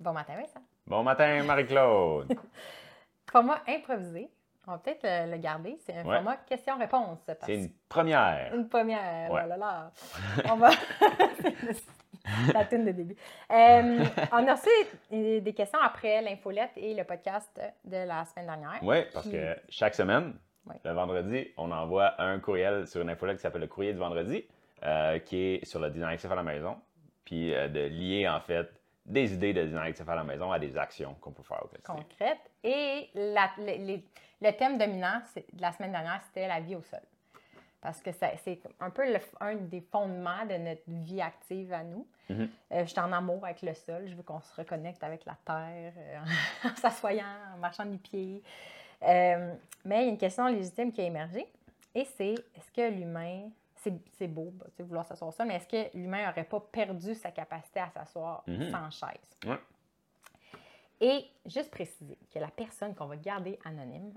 Bon matin, Vincent. Bon matin, Marie-Claude. Format improvisé. On va peut-être le garder. C'est un format question-réponse. C'est une première. Une première. Ouais. Là, là. On va... La toune de début. On a reçu des questions après l'infolette et le podcast de la semaine dernière. Oui, parce que chaque semaine, le vendredi, on envoie un courriel sur une infolette qui s'appelle le courrier du vendredi, qui est sur le design actif à la maison, puis de lier en fait des idées de design actif à la maison à des actions qu'on peut faire au quotidien. Concrètes. Et le thème dominant de la semaine dernière, c'était la vie au sol. Parce que c'est un peu un des fondements de notre vie active à nous. Mm-hmm. Je suis en amour avec le sol. Je veux qu'on se reconnecte avec la terre en s'assoyant, en marchant du pied. Mais il y a une question légitime qui a émergé. Et c'est, est-ce que l'humain... C'est beau, vouloir s'asseoir au sol, mais est-ce que l'humain n'aurait pas perdu sa capacité à s'asseoir sans chaise? Ouais. Et juste préciser que la personne qu'on va garder anonyme...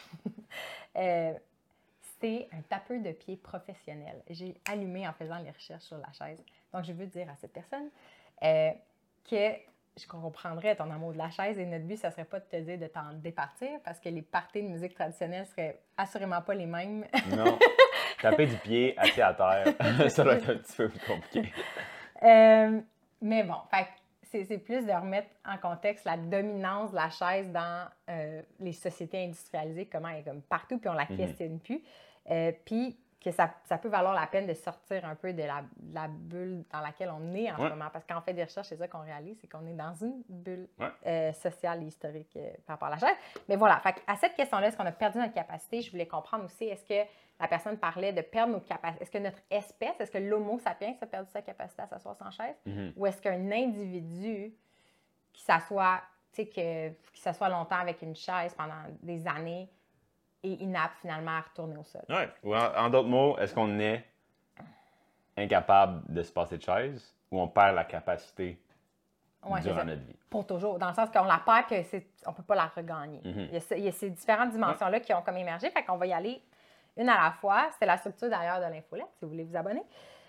c'est un tapeur de pied professionnel. J'ai allumé en faisant les recherches sur la chaise. Donc, je veux dire à cette personne que je comprendrais ton amour de la chaise et notre but, ce ne serait pas de te dire de t'en départir parce que les parties de musique traditionnelle ne seraient assurément pas les mêmes. Non. Taper du pied assis à terre, ça doit être un petit peu plus compliqué. Mais bon, c'est plus de remettre en contexte la dominance de la chaise dans les sociétés industrialisées, comment elle est comme partout, puis on ne la questionne plus. Puis que ça peut valoir la peine de sortir un peu de la bulle dans laquelle on est en ce moment. Parce que quand on fait des recherches, c'est ça qu'on réalise, c'est qu'on est dans une bulle sociale et historique par rapport à la chaise. Mais voilà, à cette question-là, est-ce qu'on a perdu notre capacité? Je voulais comprendre aussi, est-ce que la personne parlait de perdre nos capacités? Est-ce que notre espèce, est-ce que l'homo sapiens a perdu sa capacité à s'asseoir sans chaise? Mm-hmm. Ou est-ce qu'un individu qui s'assoit, qui s'assoit longtemps avec une chaise pendant des années est inapte finalement à retourner au sol? Oui. Ou en d'autres mots, est-ce qu'on est incapable de se passer de chaise ou on perd la capacité durant notre vie? Pour toujours. Dans le sens qu'on la perd, qu'on ne peut pas la regagner. Mm-hmm. Il y a ces différentes dimensions-là qui ont comme émergé. Fait qu'on va y aller une à la fois. C'était la structure d'ailleurs de l'infolette, si vous voulez vous abonner.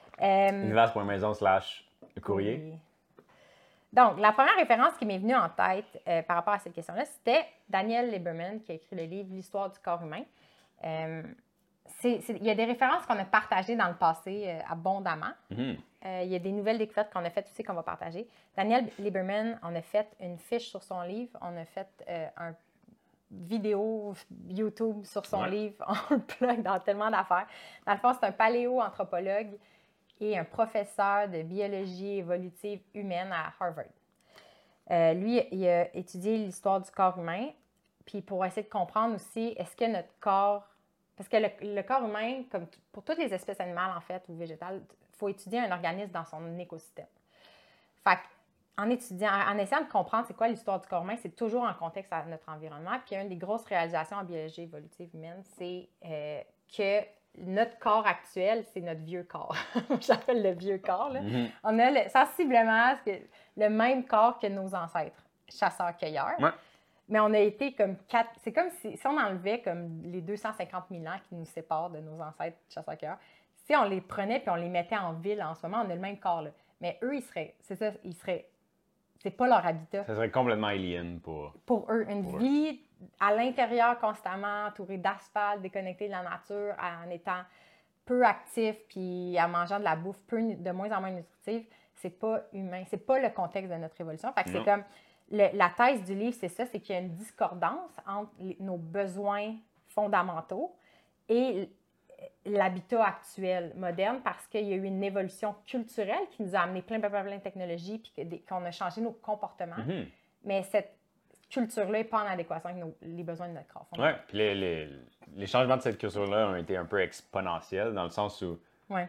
Univers.maison/courrier. Oui. Donc, la première référence qui m'est venue en tête par rapport à cette question-là, c'était Daniel Lieberman qui a écrit le livre « L'histoire du corps humain ». Il y a des références qu'on a partagées dans le passé abondamment. Mm-hmm. Il y a des nouvelles découvertes qu'on a faites aussi qu'on va partager. Daniel Lieberman, on a fait une fiche sur son livre. On a fait un vidéo YouTube sur son livre. On le plug dans tellement d'affaires. Dans le fond, c'est un paléo-anthropologue et un professeur de biologie évolutive humaine à Harvard. Lui, il a étudié l'histoire du corps humain, puis pour essayer de comprendre aussi, est-ce que notre corps... Parce que le corps humain, comme pour toutes les espèces animales, en fait, ou végétales, il faut étudier un organisme dans son écosystème. Fait en essayant de comprendre c'est quoi l'histoire du corps humain, c'est toujours en contexte à notre environnement. Puis une des grosses réalisations en biologie évolutive humaine, c'est que notre corps actuel, c'est notre vieux corps. J'appelle le vieux corps. Là. Mm-hmm. On a sensiblement le même corps que nos ancêtres, chasseurs-cueilleurs. Ouais. Mais on a été comme quatre... C'est comme si on enlevait comme les 250 000 ans qui nous séparent de nos ancêtres chasseurs-cueilleurs. Si on les prenait puis on les mettait en ville en ce moment, on a le même corps. Là. Mais eux, c'est pas leur habitat. Ça serait complètement alien pour eux. Une vie à l'intérieur constamment, entourée d'asphalte, déconnectée de la nature, en étant peu actif puis en mangeant de la bouffe de moins en moins nutritive, c'est pas humain. C'est pas le contexte de notre évolution. Fait que c'est comme... la thèse du livre, c'est ça, c'est qu'il y a une discordance entre nos besoins fondamentaux et l'habitat actuel, moderne, parce qu'il y a eu une évolution culturelle qui nous a amené plein de technologies puis qu'on a changé nos comportements. Mm-hmm. Mais cette culture-là n'est pas en adéquation avec les besoins de notre corps. Oui, puis les changements de cette culture-là ont été un peu exponentiels dans le sens où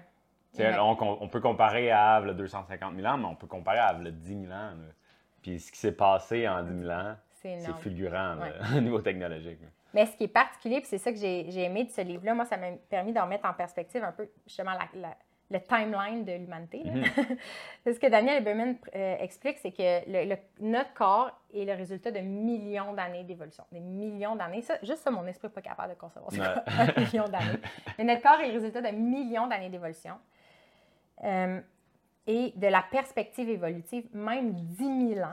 on peut comparer à 250 000 ans, mais on peut comparer à 10 000 ans. Là. Puis ce qui s'est passé en 10 000 ans, c'est fulgurant au niveau technologique. Mais ce qui est particulier, puis c'est ça que j'ai aimé de ce livre-là, moi, ça m'a permis de remettre en perspective un peu, justement, le timeline de l'humanité. Mm-hmm. Ce que Daniel Lieberman explique, c'est que notre corps est le résultat de millions d'années d'évolution. Des millions d'années. Juste ça, mon esprit n'est pas capable de concevoir ça. Un million d'années. Mais notre corps est le résultat de millions d'années d'évolution. Et de la perspective évolutive, même 10 000 ans,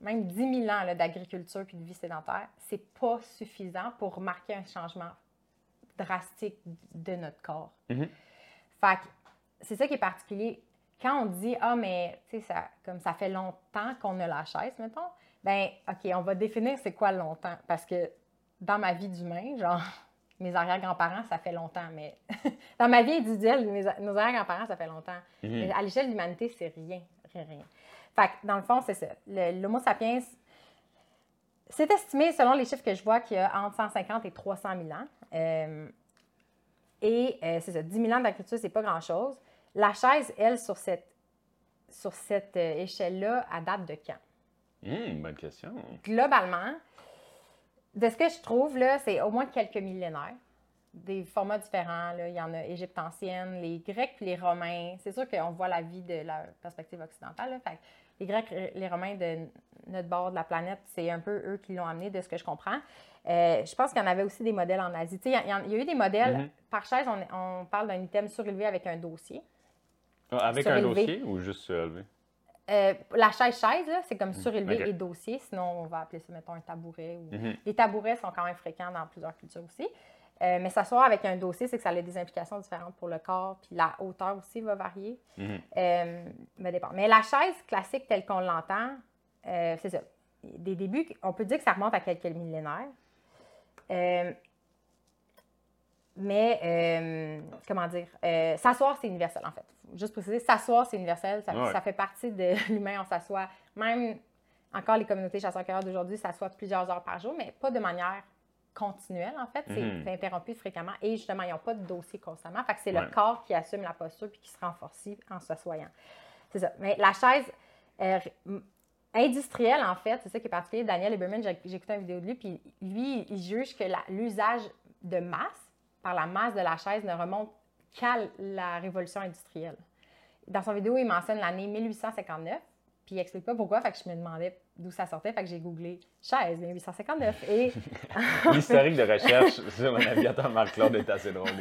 même 10 000 ans là, d'agriculture puis de vie sédentaire, c'est pas suffisant pour marquer un changement drastique de notre corps. Mm-hmm. Fait que c'est ça qui est particulier. Quand on dit « Ah, mais tu sais, comme ça fait longtemps qu'on a la chaise, mettons », ben OK, on va définir c'est quoi longtemps. Parce que dans ma vie d'humain, genre, mes arrière-grands-parents, ça fait longtemps, mais dans ma vie individuelle, nos arrière-grands-parents, ça fait longtemps. Mm-hmm. Mais à l'échelle de l'humanité, c'est rien. Fait que, dans le fond, c'est ça. L'Homo sapiens, c'est estimé, selon les chiffres que je vois, qu'il y a entre 150 et 300 000 ans. C'est ça, 10 000 ans d'agriculture, c'est pas grand-chose. La chaise, elle, sur cette échelle-là, elle date de quand? Bonne question. Globalement, de ce que je trouve, là, c'est au moins quelques millénaires. Des formats différents. Là. Il y en a Égypte ancienne, les Grecs puis les Romains. C'est sûr qu'on voit la vie de la perspective occidentale. Là. Fait que les Grecs, les Romains de notre bord de la planète, c'est un peu eux qui l'ont amené, de ce que je comprends. Je pense qu'il y en avait aussi des modèles en Asie. Il y a eu des modèles, par chaise, on parle d'un item surélevé avec un dossier. Avec surélevé. Un dossier ou juste surélevé? La chaise, là, c'est comme surélevé et dossier. Sinon, on va appeler ça, mettons, un tabouret. Les tabourets sont quand même fréquents dans plusieurs cultures aussi. Mais s'asseoir avec un dossier, c'est que ça a des implications différentes pour le corps, puis la hauteur aussi va varier. Mais la chaise classique telle qu'on l'entend, c'est ça. Des débuts, on peut dire que ça remonte à quelques millénaires. Comment dire? S'asseoir, c'est universel, en fait. Juste préciser, s'asseoir, c'est universel. Ça fait partie de l'humain. On s'assoit, même encore les communautés chasseurs-cueilleurs d'aujourd'hui s'assoient plusieurs heures par jour, mais pas de manière continuelle, en fait. C'est interrompu fréquemment. Et justement, ils n'ont pas de dossier constamment. Fait que c'est le corps qui assume la posture puis qui se renforce en s'assoyant. C'est ça. Mais la chaise industrielle, en fait, c'est ça qui est particulier. Daniel Lieberman, j'ai écouté une vidéo de lui, puis lui, il juge que l'usage de masse, par la masse de la chaise, ne remonte qu'à la révolution industrielle. Dans son vidéo, il mentionne l'année 1859, puis il n'explique pas pourquoi, fait que je me demandais d'où ça sortait, fait que j'ai googlé « chaise 1859 » et... L'historique de recherche sur un aviateur Marc-Claude est assez drôle.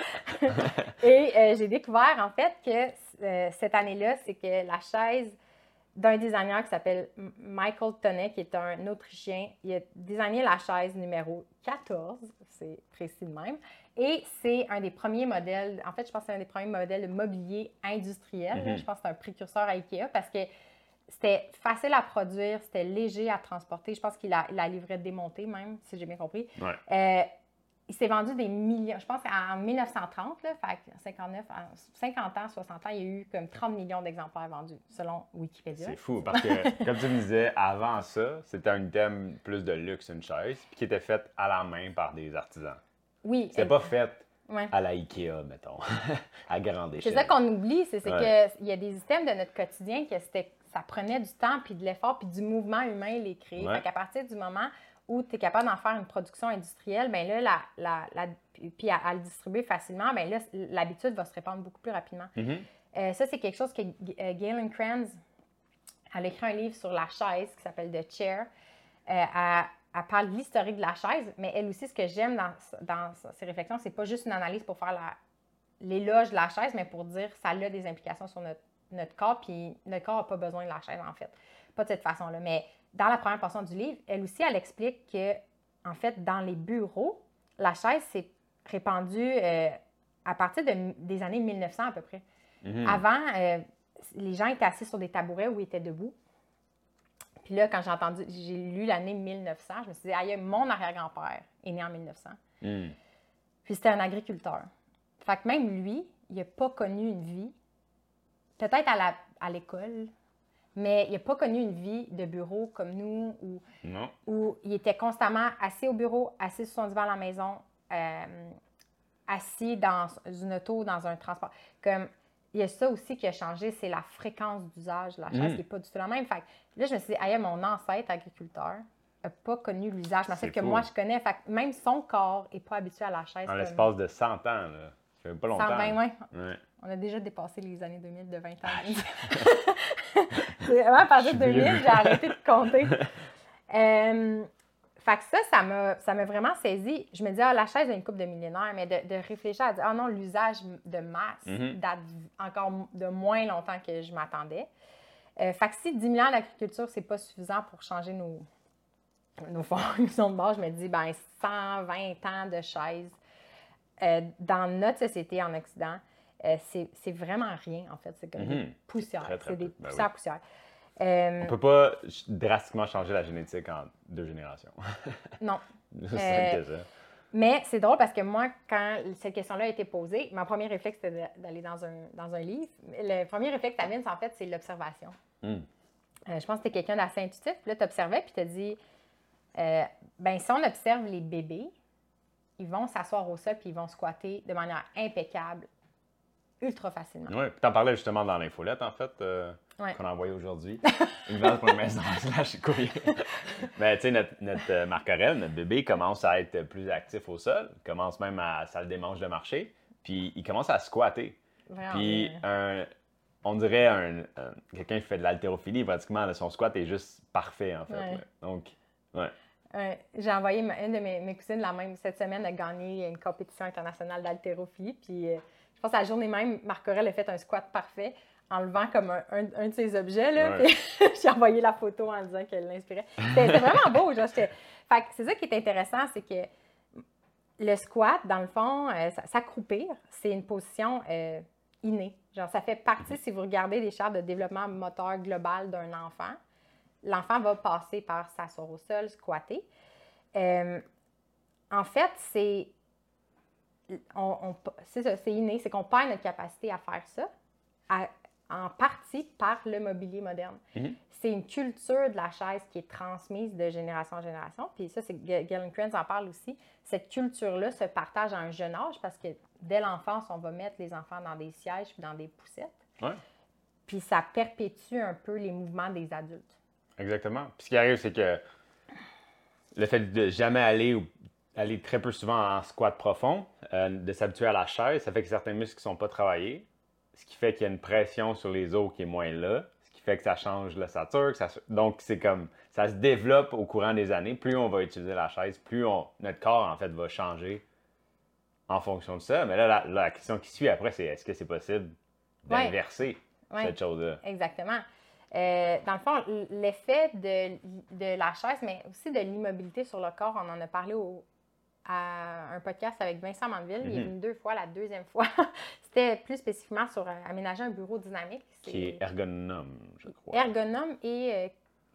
Et j'ai découvert, en fait, que cette année-là, c'est que la chaise d'un designer qui s'appelle Michael Tonnet, qui est un Autrichien, il a designé la chaise numéro 14, c'est précis de même, et c'est un des premiers modèles, en fait, je pense que c'est un des premiers modèles de mobilier industriel. Je pense que c'est un précurseur à IKEA parce que c'était facile à produire, c'était léger à transporter. Je pense qu'il la livrait démontée même, si j'ai bien compris. Il s'est vendu des millions. Je pense qu'en 1930, là, fait 50 ans, 60 ans, il y a eu comme 30 millions d'exemplaires vendus, selon Wikipédia. C'est fou, parce que, comme tu me disais, avant ça, c'était un item plus de luxe, une chaise, puis qui était faite à la main par des artisans. Oui. C'était pas fait à la IKEA, mettons, à grande échelle. C'est ça qu'on oublie, c'est qu'il y a des items de notre quotidien que ça prenait du temps, puis de l'effort, puis du mouvement humain les créer. Fait qu'à partir du moment où tu es capable d'en faire une production industrielle, bien là, puis à le distribuer facilement, bien là, l'habitude va se répandre beaucoup plus rapidement. Ça, c'est quelque chose que Galen Kranz, elle a écrit un livre sur la chaise qui s'appelle The Chair. Elle parle de l'historique de la chaise, mais elle aussi, ce que j'aime dans ses réflexions, c'est pas juste une analyse pour faire l'éloge de la chaise, mais pour dire que ça a des implications sur notre corps, puis notre corps n'a pas besoin de la chaise, en fait. Pas de cette façon-là, mais dans la première portion du livre, elle aussi, elle explique que, en fait, dans les bureaux, la chaise s'est répandue à partir des années 1900 à peu près. Avant, les gens étaient assis sur des tabourets ou étaient debout. Puis là, quand j'ai lu l'année 1900, je me suis dit, aïe, mon arrière-grand-père est né en 1900. Puis c'était un agriculteur. Fait que même lui, il n'a pas connu une vie, peut-être à l'école, mais il n'a pas connu une vie de bureau comme nous, où il était constamment assis au bureau, assis sur son divan à la maison, assis dans une auto, dans un transport. Comme, il y a ça aussi qui a changé, c'est la fréquence d'usage de la chaise qui n'est pas du tout la même. Fait que là, je me suis dit, mon ancêtre agriculteur n'a pas connu l'usage, mais c'est que moi, je connais. Fait que même son corps n'est pas habitué à la chaise. En l'espace de 100 ans, là. Ça fait pas longtemps. 120, oui. On a déjà dépassé les années 2000 de 20 ans. C'est vraiment à partir de 2000, j'ai arrêté de compter. Fait que ça m'a vraiment saisi. Je me dis, la chaise a une couple de millénaires, mais de réfléchir à dire, non, l'usage de masse date encore de moins longtemps que je m'attendais. Fait que si 10 000 ans d'agriculture, c'est pas suffisant pour changer nos fonctions de base, je me dis, 120 ans de chaise dans notre société en Occident, c'est vraiment rien, en fait. C'est comme des poussières. C'est des poussières. On ne peut pas drastiquement changer la génétique en 2 générations. Non. C'est que ça. Mais c'est drôle parce que moi, quand cette question-là a été posée, mon premier réflexe, c'était d'aller dans un livre. Le premier réflexe à Vince, en fait, c'est l'observation. Je pense que tu es quelqu'un d'assez intuitif. Puis là, tu observais, puis tu as dit, si on observe les bébés, ils vont s'asseoir au sol, puis ils vont squatter de manière impeccable, ultra facilement. Oui, puis tu en parlais justement dans l'infolette, en fait, qu'on a envoyée aujourd'hui. Une/maison/courrier. Mais tu sais, notre Marc-Aurèle, notre bébé, commence à être plus actif au sol, commence même à salle des manches de marcher, puis il commence à squatter. Vraiment, puis on dirait quelqu'un qui fait de l'haltérophilie, pratiquement, son squat est juste parfait, en fait. Ouais. Donc, j'ai envoyé une de mes cousines cette semaine a gagné une compétition internationale d'haltérophilie. Puis je pense que la journée même, Marc-Aurèle a fait un squat parfait en levant comme un de ses objets. Là, puis j'ai envoyé la photo en disant qu'elle l'inspirait. C'était vraiment beau. Genre, fait que c'est ça qui est intéressant, c'est que le squat, dans le fond, s'accroupir, c'est une position innée. Genre, ça fait partie, si vous regardez les chartes de développement moteur global d'un enfant, l'enfant va passer par s'asseoir au sol, squatter. En fait, c'est ça, c'est inné, c'est qu'on perd notre capacité à faire ça, en partie par le mobilier moderne. C'est une culture de la chaise qui est transmise de génération en génération. Puis ça, Galen Cranz en parle aussi. Cette culture-là se partage à un jeune âge parce que dès l'enfance, on va mettre les enfants dans des sièges puis dans des poussettes. Ouais. Puis ça perpétue un peu les mouvements des adultes. Exactement. Puis ce qui arrive, c'est que le fait de jamais aller très peu souvent en squat profond, de s'habituer à la chaise, ça fait que certains muscles ne sont pas travaillés, ce qui fait qu'il y a une pression sur les os qui est moins là, ce qui fait que ça change l'ossature. Donc, c'est comme ça se développe au courant des années. Plus on va utiliser la chaise, plus notre corps, en fait, va changer en fonction de ça. Mais là, la question qui suit après, c'est est-ce que c'est possible d'inverser cette chose-là? Exactement. Dans le fond, l'effet de la chaise, mais aussi de l'immobilité sur le corps, on en a parlé à un podcast avec Vincent Mandeville. Il est venu 2 fois, la 2e fois. C'était plus spécifiquement sur aménager un bureau dynamique. Qui est ergonome, je crois. Ergonome et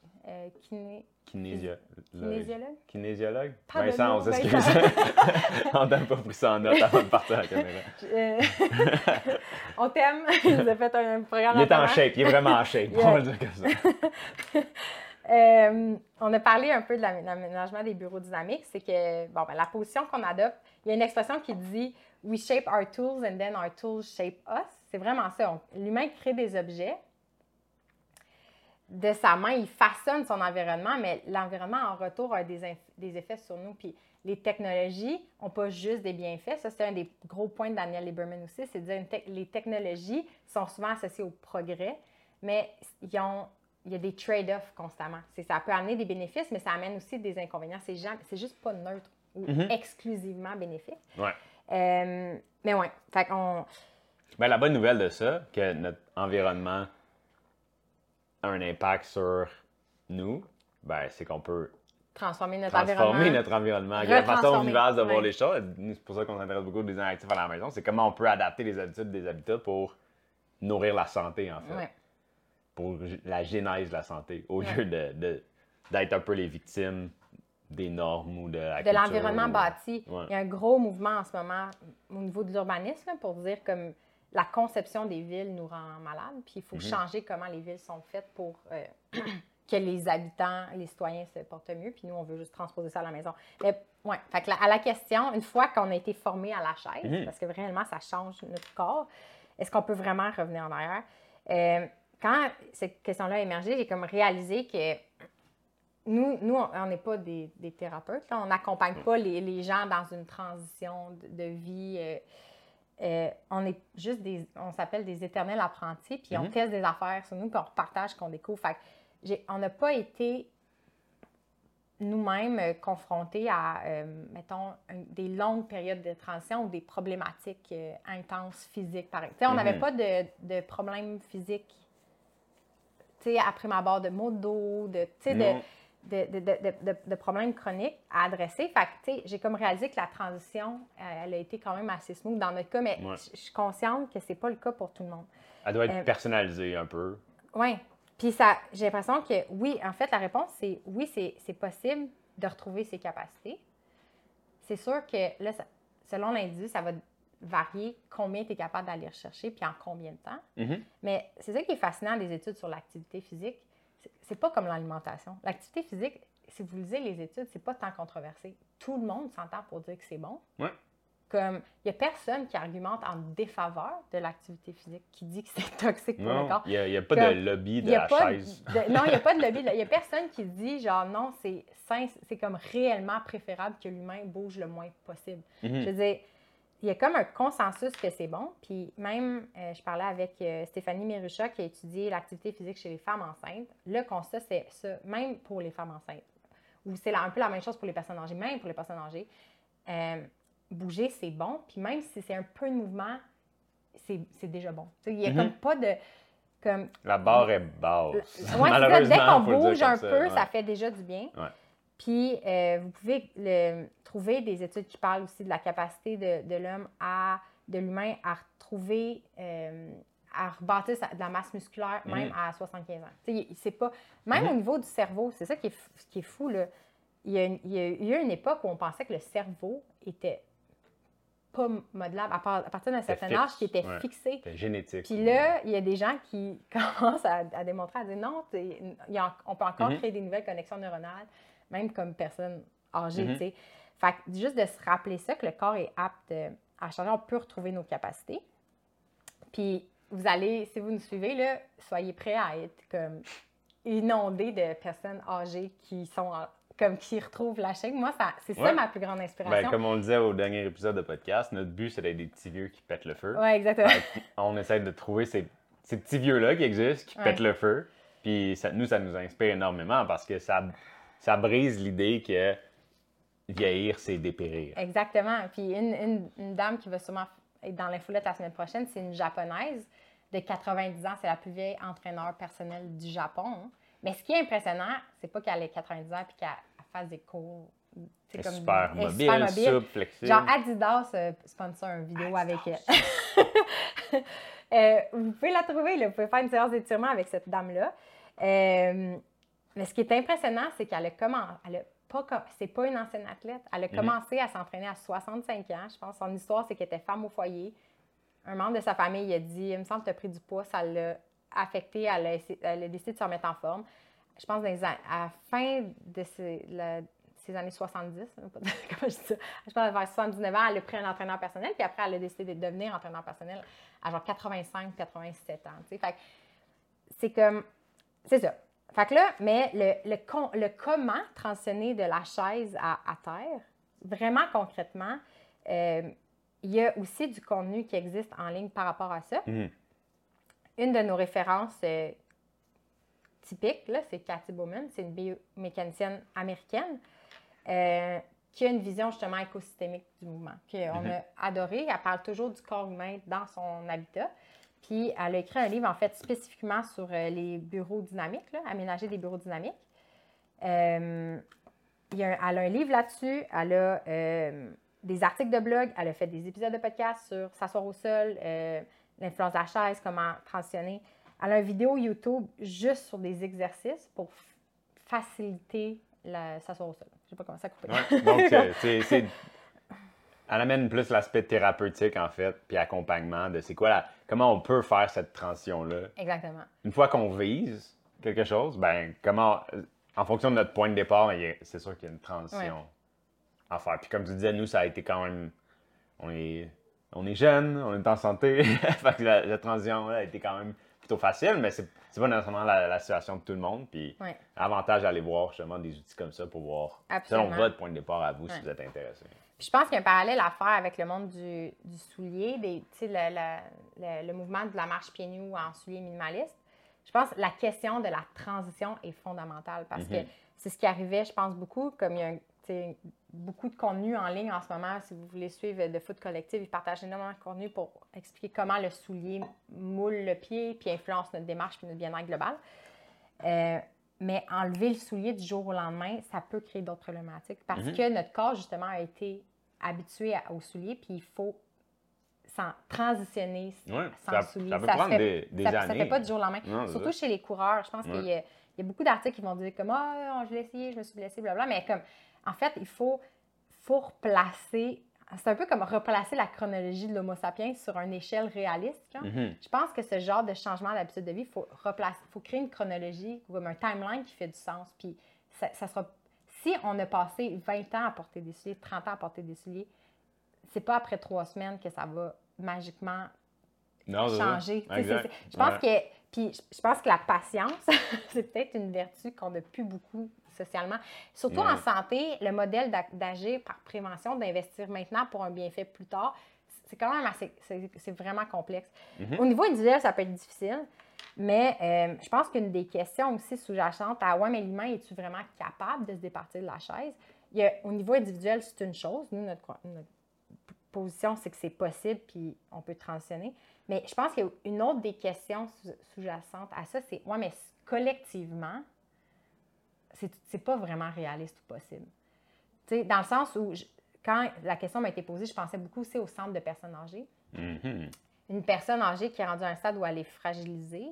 kinésiologue. Pardon, Vincent, on s'excuse. On n'a pas pris ça en note avant de partir à la caméra. On t'aime. Il nous a fait un programme. Il est en shape. Il est vraiment en shape. On va le dire comme ça. On a parlé un peu de l'aménagement des bureaux dynamiques. C'est que, la position qu'on adopte, il y a une expression qui dit « We shape our tools and then our tools shape us ». C'est vraiment ça. L'humain crée des objets. De sa main, il façonne son environnement, mais l'environnement, en retour, a des effets sur nous. Puis les technologies n'ont pas juste des bienfaits. Ça, c'est un des gros points de Daniel Lieberman aussi. C'est de dire que les technologies sont souvent associées au progrès, mais il y a des trade-offs constamment. Ça peut amener des bénéfices, mais ça amène aussi des inconvénients. C'est juste pas neutre ou exclusivement bénéfique. Ouais. Mais ouais, fait qu'on... La bonne nouvelle de ça, que notre environnement a un impact sur nous, c'est qu'on peut transformer notre environnement. La façon vivace de voir les choses, c'est pour ça qu'on s'intéresse beaucoup aux design actifs à la maison, c'est comment on peut adapter les habitudes des habitats pour nourrir la santé, en fait. Ouais. Pour la genèse de la santé, au lieu d'être un peu les victimes des normes ou de la culture. L'environnement bâti. Ouais. Il y a un gros mouvement en ce moment au niveau de l'urbanisme pour dire comme la conception des villes nous rend malades, puis il faut changer comment les villes sont faites pour que les habitants, les citoyens se portent mieux, puis nous, on veut juste transposer ça à la maison. Mais, fait que à la question, une fois qu'on a été formé à la chaise, parce que réellement, ça change notre corps, est-ce qu'on peut vraiment revenir en arrière? Quand cette question-là a émergé, j'ai comme réalisé que nous on n'est pas des thérapeutes, là. On n'accompagne pas les gens dans une transition de vie. On est juste on s'appelle des éternels apprentis, puis on teste des affaires sur nous, puis on partage ce qu'on découvre. Fait que on n'a pas été nous-mêmes confrontés à, mettons, des longues périodes de transition ou des problématiques intenses physiques, par exemple. On n'avait pas de problèmes physiques après ma barre de maux de dos, de problèmes chroniques à adresser. Fait que, j'ai comme réalisé que la transition, elle a été quand même assez smooth dans notre cas, mais je suis consciente que c'est pas le cas pour tout le monde. Elle doit être personnalisée un peu. Oui. Puis j'ai l'impression que oui, en fait, la réponse, c'est oui, c'est possible de retrouver ses capacités. C'est sûr que là, selon l'individu, ça va varier combien tu es capable d'aller rechercher puis en combien de temps. Mm-hmm. Mais c'est ça qui est fascinant des études sur l'activité physique. C'est pas comme l'alimentation. L'activité physique, si vous lisez les études, c'est pas tant controversé. Tout le monde s'entend pour dire que c'est bon. Ouais. Comme, il n'y a personne qui argumente en défaveur de l'activité physique, qui dit que c'est toxique pour le corps. Il n'y a pas de lobby de la chaise. Non, il n'y a pas de lobby. Il n'y a personne qui dit, genre, non, c'est comme réellement préférable que l'humain bouge le moins possible. Mm-hmm. Je veux dire, il y a comme un consensus que c'est bon. Puis même, je parlais avec Stéphanie Mirucha qui a étudié l'activité physique chez les femmes enceintes. Le constat, c'est ça, même pour les femmes enceintes. Ou c'est un peu la même chose pour les personnes âgées, même pour les personnes âgées. Bouger, c'est bon. Puis même si c'est un peu de mouvement, c'est déjà bon. Il n'y a comme pas de... Comme, la barre est basse. Ouais, malheureusement, dès qu'on bouge un peu, ça fait déjà du bien. Ouais. Puis, vous pouvez trouver des études qui parlent aussi de la capacité de l'humain à retrouver, à rebâtir de la masse musculaire, même à 75 ans. C'est pas... Même au niveau du cerveau, c'est ça qui est fou, là. Il y a eu une époque où on pensait que le cerveau était pas modelable, à partir d'un certain âge, qui était fixé. C'était génétique. Puis là, il y a des gens qui commencent à démontrer, à dire non, on peut encore créer des nouvelles connexions neuronales, même comme personne âgée, tu sais. Fait que juste de se rappeler ça, que le corps est apte à changer, on peut retrouver nos capacités. Puis vous allez, si vous nous suivez, là, soyez prêts à être comme inondés de personnes âgées qui sont qui retrouvent la shape. Moi, c'est ça ma plus grande inspiration. Ben, comme on le disait au dernier épisode de podcast, notre but, c'est d'être des petits vieux qui pètent le feu. Oui, exactement. On essaie de trouver ces petits vieux-là qui existent, qui pètent le feu. Puis ça nous inspire énormément parce que ça brise l'idée que vieillir, c'est dépérir. Exactement. Puis une dame qui va sûrement être dans l'infolette la semaine prochaine, c'est une Japonaise de 90 ans. C'est la plus vieille entraîneur personnelle du Japon. Mais ce qui est impressionnant, c'est pas qu'elle ait 90 ans et qu'elle fasse des cours. C'est comme super mobile, souple, flexible. Genre Adidas sponsor une vidéo avec elle. Vous pouvez la trouver, là. Vous pouvez faire une séance d'étirement avec cette dame-là. Mais ce qui est impressionnant, c'est qu'elle c'est pas une ancienne athlète. Elle a commencé à s'entraîner à 65 ans. Je pense son histoire, c'est qu'elle était femme au foyer. Un membre de sa famille a dit « Il me semble que tu as pris du poids. » Ça l'a affectée. Elle a décidé de se remettre en forme. Je pense à la fin de ces années 70, comment je dis ça? Je pense vers 79 ans, elle a pris un entraîneur personnel, puis après, elle a décidé de devenir entraîneur personnel à genre 85, 87 ans. Fait que c'est comme... C'est ça. Fait que là, mais le comment transitionner de la chaise à terre, vraiment concrètement, il y a aussi du contenu qui existe en ligne par rapport à ça. Une de nos références typiques, là, c'est Cathy Bowman, c'est une biomécanicienne américaine qui a une vision justement écosystémique du mouvement, qu'on a adoré. Elle parle toujours du corps humain dans son habitat. Puis elle a écrit un livre, en fait, spécifiquement sur les bureaux dynamiques, là, aménager des bureaux dynamiques. Elle a un livre là-dessus. Elle a des articles de blog. Elle a fait des épisodes de podcast sur s'asseoir au sol, l'influence de la chaise, comment transitionner. Elle a une vidéo YouTube juste sur des exercices pour faciliter s'asseoir au sol. Je ne sais pas comment ça couper. Ouais, donc, elle amène plus l'aspect thérapeutique, en fait, puis accompagnement de comment on peut faire cette transition-là. Exactement. Une fois qu'on vise quelque chose, ben comment, en fonction de notre point de départ, c'est sûr qu'il y a une transition à faire. Puis comme tu disais, nous, ça a été quand même... On est jeunes, on est en santé. Fait que la transition a été quand même plutôt facile, mais c'est pas nécessairement la situation de tout le monde. Puis avantage d'aller voir justement des outils comme ça pour voir, selon votre point de départ à vous, si vous êtes intéressé. Puis je pense qu'il y a un parallèle à faire avec le monde du soulier, le mouvement de la marche pieds nus en soulier minimaliste. Je pense que la question de la transition est fondamentale parce que c'est ce qui arrivait, je pense, beaucoup, comme il y a beaucoup de contenu en ligne en ce moment. Si vous voulez suivre de Foot Collective, ils partagent énormément de contenu pour expliquer comment le soulier moule le pied puis influence notre démarche puis notre bien-être global. Mais enlever le soulier du jour au lendemain, ça peut créer d'autres problématiques parce que notre corps, justement, a été habitué au soulier, puis il faut transitionner sans soulier. Ça peut prendre des années. Ça ne fait pas du jour au lendemain. Non, surtout chez les coureurs. Je pense qu'il y a beaucoup d'articles qui vont dire comme « Ah, je l'ai essayé, je me suis blessée, blablabla ». Mais comme, en fait, il faut replacer... C'est un peu comme replacer la chronologie de l'Homo sapiens sur une échelle réaliste. Je pense que ce genre de changement d'habitude de vie, il faut créer une chronologie, comme un timeline qui fait du sens. Puis ça sera... Si on a passé 20 ans à porter des souliers, 30 ans à porter des souliers, c'est pas après 3 semaines que ça va magiquement changer. Je pense que... Puis je pense que la patience, c'est peut-être une vertu qu'on n'a plus beaucoup socialement. Surtout en santé, le modèle d'agir par prévention, d'investir maintenant pour un bienfait plus tard, c'est quand même assez... C'est vraiment complexe. Au niveau individuel, ça peut être difficile, mais je pense qu'une des questions aussi sous-jacentes à « Ouais, mais l'humain, es-tu vraiment capable de se départir de la chaise? » Au niveau individuel, c'est une chose. Nous, notre position, c'est que c'est possible, puis on peut transitionner. Mais je pense qu'il y a une autre des questions sous-jacentes à ça, c'est « Ouais, mais collectivement, c'est pas vraiment réaliste ou possible. » Tu sais, dans le sens où, quand la question m'a été posée, je pensais beaucoup aussi au centre de personnes âgées. Une personne âgée qui est rendue à un stade où elle est fragilisée,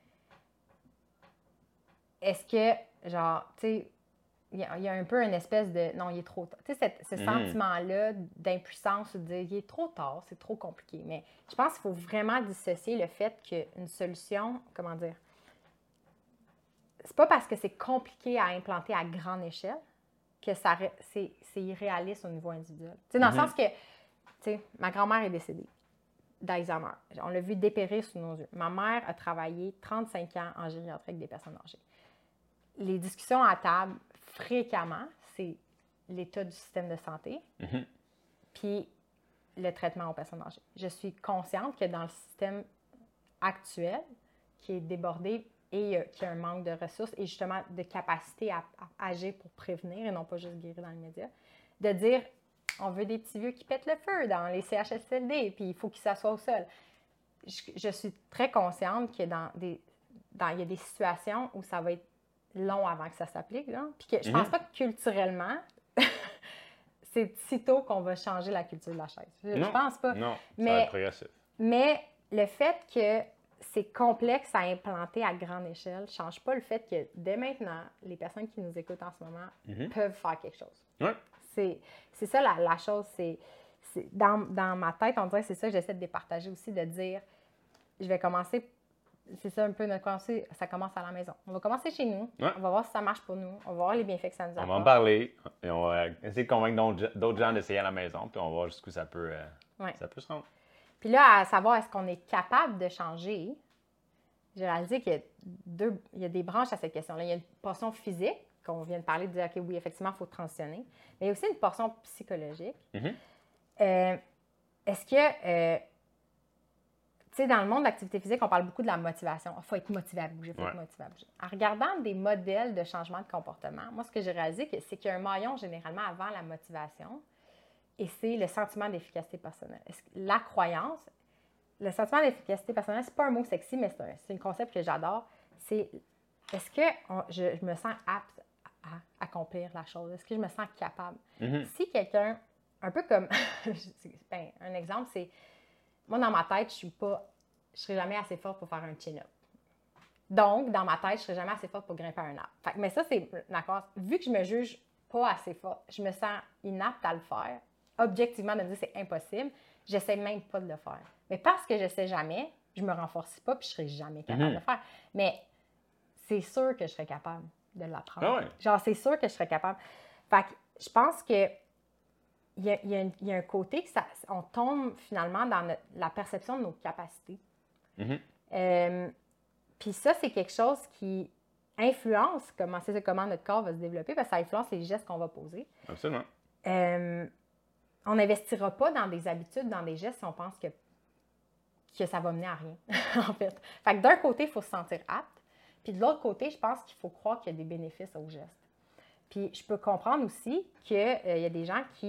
est-ce que, genre, tu sais, il y a un peu une espèce de « non, il est trop tard ». Tu sais, ce sentiment-là d'impuissance, de dire « il est trop tard, c'est trop compliqué ». Mais je pense qu'il faut vraiment dissocier le fait qu'une solution, comment dire, c'est pas parce que c'est compliqué à implanter à grande échelle que c'est irréaliste au niveau individuel. Tu sais, dans le sens que, tu sais, ma grand-mère est décédée d'Alzheimer. On l'a vu dépérir sous nos yeux. Ma mère a travaillé 35 ans en gériatrie avec des personnes âgées. Les discussions à table, fréquemment, c'est l'état du système de santé, puis le traitement aux personnes âgées. Je suis consciente que dans le système actuel, qui est débordé et qui a un manque de ressources et justement de capacité à agir pour prévenir et non pas juste guérir dans l'immédiat, de dire on veut des petits vieux qui pètent le feu dans les CHSLD puis il faut qu'ils s'assoient au sol. Je suis très consciente que il y a des situations où ça va être long avant que ça s'applique. Puis que je pense pas que culturellement, c'est sitôt qu'on va changer la culture de la chaise. Je pense pas. Non, ça va être progressif. Mais le fait que c'est complexe à implanter à grande échelle ne change pas le fait que dès maintenant, les personnes qui nous écoutent en ce moment peuvent faire quelque chose. C'est ça la chose. Dans ma tête, on dirait que c'est ça que j'essaie de départager aussi, de dire, je vais commencer, c'est ça un peu notre conseil, ça commence à la maison. On va commencer chez nous, on va voir si ça marche pour nous, on va voir les bienfaits que ça nous apporte. On va en parler, et on va essayer de convaincre d'autres gens d'essayer à la maison, puis on va voir jusqu'où ça peut se rendre. Puis là, à savoir, est-ce qu'on est capable de changer? J'ai réalisé qu'il y a des branches à cette question-là. Il y a une portion physique, qu'on vient de parler, de dire, OK, oui, effectivement, il faut transitionner. Mais il y a aussi une portion psychologique. Est-ce que, tu sais, dans le monde de l'activité physique, on parle beaucoup de la motivation. Il faut être motivé à bouger, il faut être motivé à bouger. En regardant des modèles de changement de comportement, moi, ce que j'ai réalisé, c'est qu'il y a un maillon généralement avant la motivation, et c'est le sentiment d'efficacité personnelle. La croyance, le sentiment d'efficacité personnelle, c'est pas un mot sexy, mais c'est un concept que j'adore. C'est est-ce que je me sens apte à accomplir la chose? Est-ce que je me sens capable? Si quelqu'un, un peu comme, un exemple, c'est, moi, dans ma tête, je serai jamais assez forte pour faire un chin-up. Donc, dans ma tête, je serai jamais assez forte pour grimper un arbre. Mais ça, c'est d'accord. Vu que je me juge pas assez forte, je me sens inapte à le faire. Objectivement, de me dire c'est impossible, j'essaie même pas de le faire. Mais parce que je sais jamais, je me renforce pas puis je serai jamais capable de le faire. Mais c'est sûr que je serais capable de l'apprendre. Genre, c'est sûr que je serais capable. Fait que je pense que il y a un côté que on tombe finalement dans la perception de nos capacités. Puis ça, c'est quelque chose qui influence comment notre corps va se développer parce que ça influence les gestes qu'on va poser. Absolument. On n'investira pas dans des habitudes, dans des gestes si on pense que ça va mener à rien, en fait. Fait que d'un côté, il faut se sentir apte. Puis de l'autre côté, je pense qu'il faut croire qu'il y a des bénéfices aux gestes. Puis je peux comprendre aussi qu'il y a des gens qui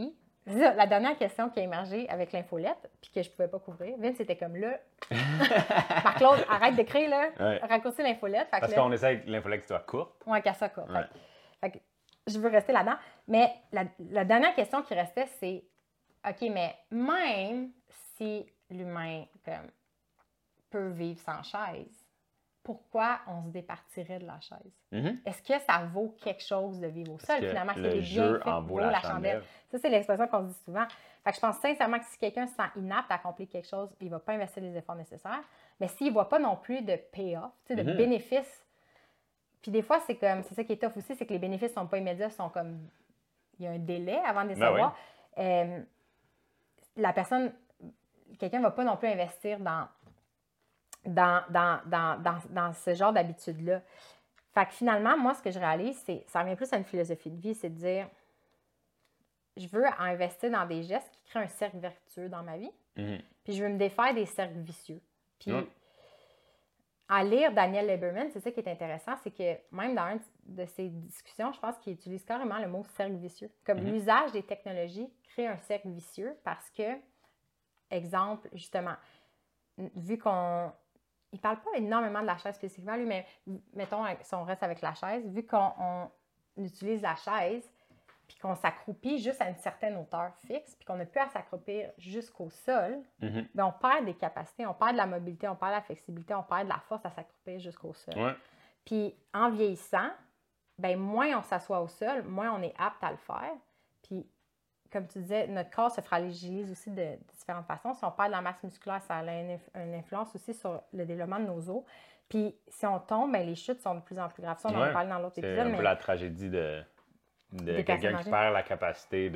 La dernière question qui a émergé avec l'infolette, puis que je ne pouvais pas couvrir, Vince, c'était comme là. Marc-Claude, arrête d'écrire, là. Ouais. Raccourcis l'infolette. Parce qu'on essaie que l'infolette soit courte. Oui, qu'elle soit courte. Ouais. Fait que je veux rester là-dedans. Mais la dernière question qui restait, c'est OK, mais même si l'humain peut vivre sans chaise, pourquoi on se départirait de la chaise? Mm-hmm. Est-ce que ça vaut quelque chose de vivre au sol? Finalement, le les jeu bienfaits en vaut la chandelle. Ça, c'est l'expression qu'on se dit souvent. Fait que je pense sincèrement que si quelqu'un se sent inapte à accomplir quelque chose, il ne va pas investir les efforts nécessaires. Mais s'il ne voit pas non plus de payoff, de bénéfices, puis des fois, c'est ça qui est tough aussi, c'est que les bénéfices ne sont pas immédiats, il y a un délai avant de les savoir. Oui. La personne, quelqu'un ne va pas non plus investir dans ce genre d'habitude-là. Fait que finalement, moi, ce que je réalise, ça revient plus à une philosophie de vie, c'est de dire, je veux investir dans des gestes qui créent un cercle vertueux dans ma vie, puis je veux me défaire des cercles vicieux. Puis, à lire Daniel Lieberman, c'est ça qui est intéressant, c'est que même dans une de ses discussions, je pense qu'il utilise carrément le mot cercle vicieux. Comme l'usage des technologies crée un cercle vicieux parce que, exemple, justement, vu qu'on... Il ne parle pas énormément de la chaise spécifiquement, lui, mais mettons, si on reste avec la chaise, vu qu'on utilise la chaise, puis qu'on s'accroupit juste à une certaine hauteur fixe, puis qu'on n'a plus à s'accroupir jusqu'au sol, bien, on perd des capacités, on perd de la mobilité, on perd de la flexibilité, on perd de la force à s'accroupir jusqu'au sol. Ouais. Puis en vieillissant, bien, moins on s'assoit au sol, moins on est apte à le faire. Puis, comme tu disais, notre corps se fragilise aussi de différentes façons. Si on perd de la masse musculaire, ça a une influence aussi sur le développement de nos os. Puis, si on tombe, bien, les chutes sont de plus en plus graves. Ça, on en a parlé dans l'autre épisode. C'est un peu la tragédie de quelqu'un qui perd la capacité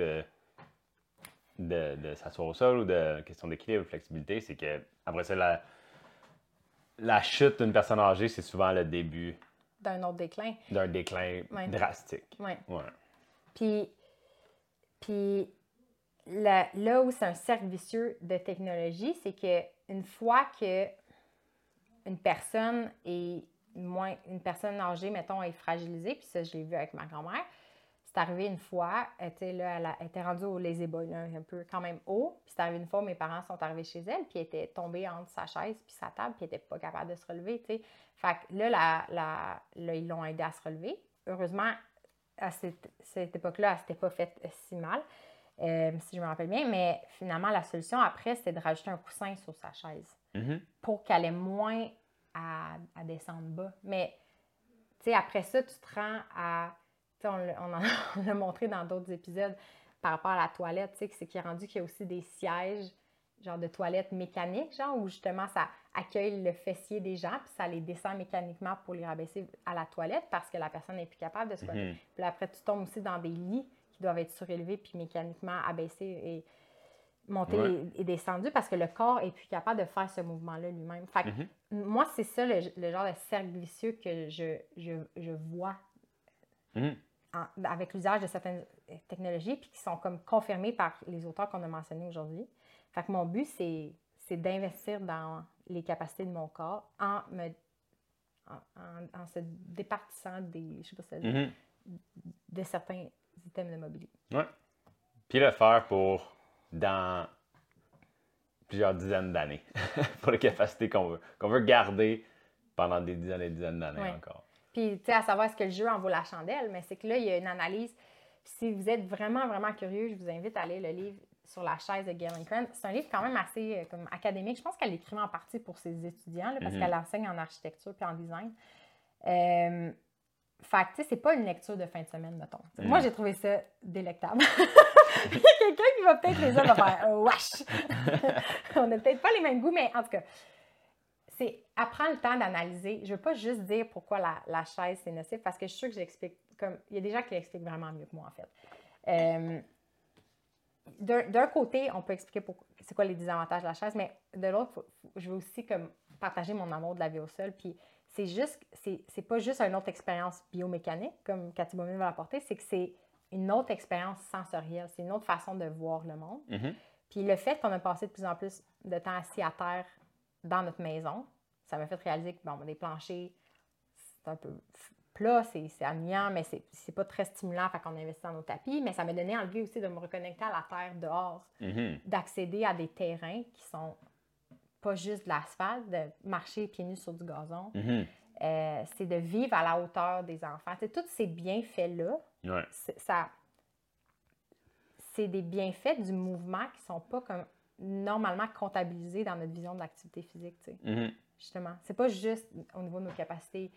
de s'asseoir au sol ou de question d'équilibre ou de flexibilité. C'est que après ça, la chute d'une personne âgée, c'est souvent le début d'un autre déclin. D'un déclin drastique. Oui. Ouais. Puis là où c'est un cercle vicieux de technologie, c'est qu'une fois que une personne âgée, mettons, est fragilisée, puis ça, je l'ai vu avec ma grand-mère, c'est arrivé une fois, elle était rendue au lazy boy, un peu quand même haut, puis c'est arrivé une fois où mes parents sont arrivés chez elle, puis elle était tombée entre sa chaise puis sa table, puis elle n'était pas capable de se relever, tu sais. Fait que là, ils l'ont aidée à se relever. Heureusement, à cette époque-là, elle ne s'était pas faite si mal, si je me rappelle bien, mais finalement, la solution après, c'était de rajouter un coussin sur sa chaise pour qu'elle ait moins à descendre bas. Mais, tu sais, après ça, tu te rends à... On l'a montré dans d'autres épisodes par rapport à la toilette, c'est qu'il est rendu qu'il y a aussi des sièges, genre de toilettes mécaniques, genre où justement ça accueille le fessier des gens, puis ça les descend mécaniquement pour les rabaisser à la toilette parce que la personne n'est plus capable de se squatter. Puis après, tu tombes aussi dans des lits qui doivent être surélevés puis mécaniquement abaissés et montés et descendus parce que le corps n'est plus capable de faire ce mouvement-là lui-même. Fait que moi, c'est ça le genre de cercle vicieux que je vois avec l'usage de certaines technologies puis qui sont comme confirmées par les auteurs qu'on a mentionnés aujourd'hui. Fait que mon but, c'est d'investir dans les capacités de mon corps en se départissant de certains items de mobilité. Oui. Puis le faire pour dans plusieurs dizaines d'années, pour les capacités qu'on veut garder pendant des dizaines et des dizaines d'années encore. Puis, tu sais, à savoir est-ce que le jeu en vaut la chandelle, mais c'est que là, il y a une analyse. Si vous êtes vraiment, vraiment curieux, je vous invite à lire le livre sur la chaise de Galen Cran. C'est un livre quand même assez comme académique. Je pense qu'elle l'écrit en partie pour ses étudiants, là, parce qu'elle enseigne en architecture puis en design. Fait que, tu sais, c'est pas une lecture de fin de semaine, mettons. Moi, j'ai trouvé ça délectable. Il y a quelqu'un qui va peut-être les autres va faire « Wesh! » On n'a peut-être pas les mêmes goûts, mais en tout cas, apprends le temps d'analyser. Je veux pas juste dire pourquoi la chaise, c'est nocif, parce que je suis sûre que j'explique, comme il y a des gens qui l'expliquent vraiment mieux que moi, en fait. D'un côté, on peut expliquer c'est quoi les désavantages de la chaise, mais de l'autre, je veux aussi comme partager mon amour de la vie au sol, puis c'est pas juste une autre expérience biomécanique, comme Cathy Bowman va l'apporter, c'est que c'est une autre expérience sensorielle, c'est une autre façon de voir le monde. Puis le fait qu'on a passé de plus en plus de temps assis à terre dans notre maison, ça m'a fait réaliser que, bon, des planchers, c'est un peu plat, c'est ennuyant, mais c'est pas très stimulant, fait qu'on investit dans nos tapis. Mais ça m'a donné envie aussi de me reconnecter à la terre dehors, d'accéder à des terrains qui sont pas juste de l'asphalte, de marcher pieds nus sur du gazon. C'est de vivre à la hauteur des enfants. T'sais, tous ces bienfaits-là, c'est des bienfaits du mouvement qui sont pas comme normalement comptabilisés dans notre vision de l'activité physique. Justement. C'est pas juste au niveau de nos capacités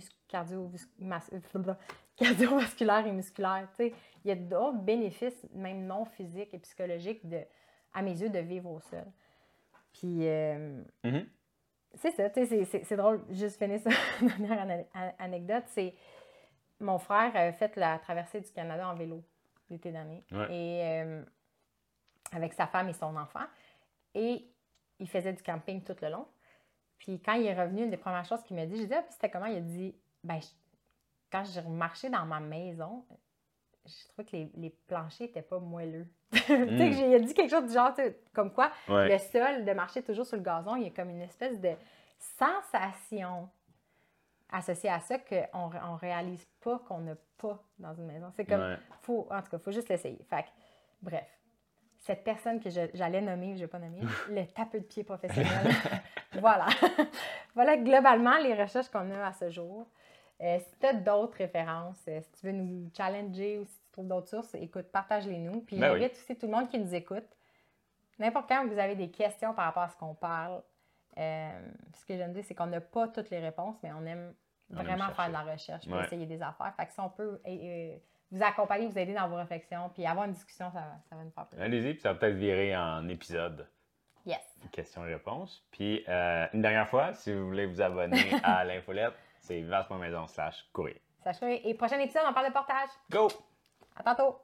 cardiovasculaires et musculaires. Il y a d'autres bénéfices, même non physiques et psychologiques, à mes yeux, de vivre au sol. Puis, c'est ça, c'est drôle, juste finir ça, une dernière anecdote, c'est mon frère avait fait la traversée du Canada en vélo l'été dernier, et avec sa femme et son enfant, et il faisait du camping tout le long. Puis quand il est revenu, une des premières choses qu'il m'a dit, j'ai dit, puis c'était comment? Il a dit, quand j'ai marché dans ma maison, je trouvais que les planchers n'étaient pas moelleux. Il a dit quelque chose du genre, comme quoi, le sol, de marcher toujours sur le gazon, il y a comme une espèce de sensation associée à ça qu'on ne réalise pas qu'on n'a pas dans une maison. C'est comme, en tout cas, il faut juste l'essayer. Fait que, bref, cette personne que j'allais nommer, je ne vais pas nommer, le tapeux de pied professionnel. Voilà. Voilà globalement les recherches qu'on a à ce jour. Si tu as d'autres références, si tu veux nous challenger ou si tu trouves d'autres sources, écoute, partage-les-nous. Puis j'invite aussi tout le monde qui nous écoute. N'importe quand vous avez des questions par rapport à ce qu'on parle, ce que j'aime dire, c'est qu'on n'a pas toutes les réponses, mais on aime vraiment faire de la recherche pour essayer des affaires. Fait que si on peut vous accompagner, vous aider dans vos réflexions, puis avoir une discussion, ça va nous faire plaisir. Allez-y, puis ça va peut-être virer en épisode. Yes. Questions-réponses. Puis, une dernière fois, si vous voulez vous abonner à l'infolette, c'est vivace.maison/courrier. Et prochain épisode, on parle de portage. Go! À tantôt!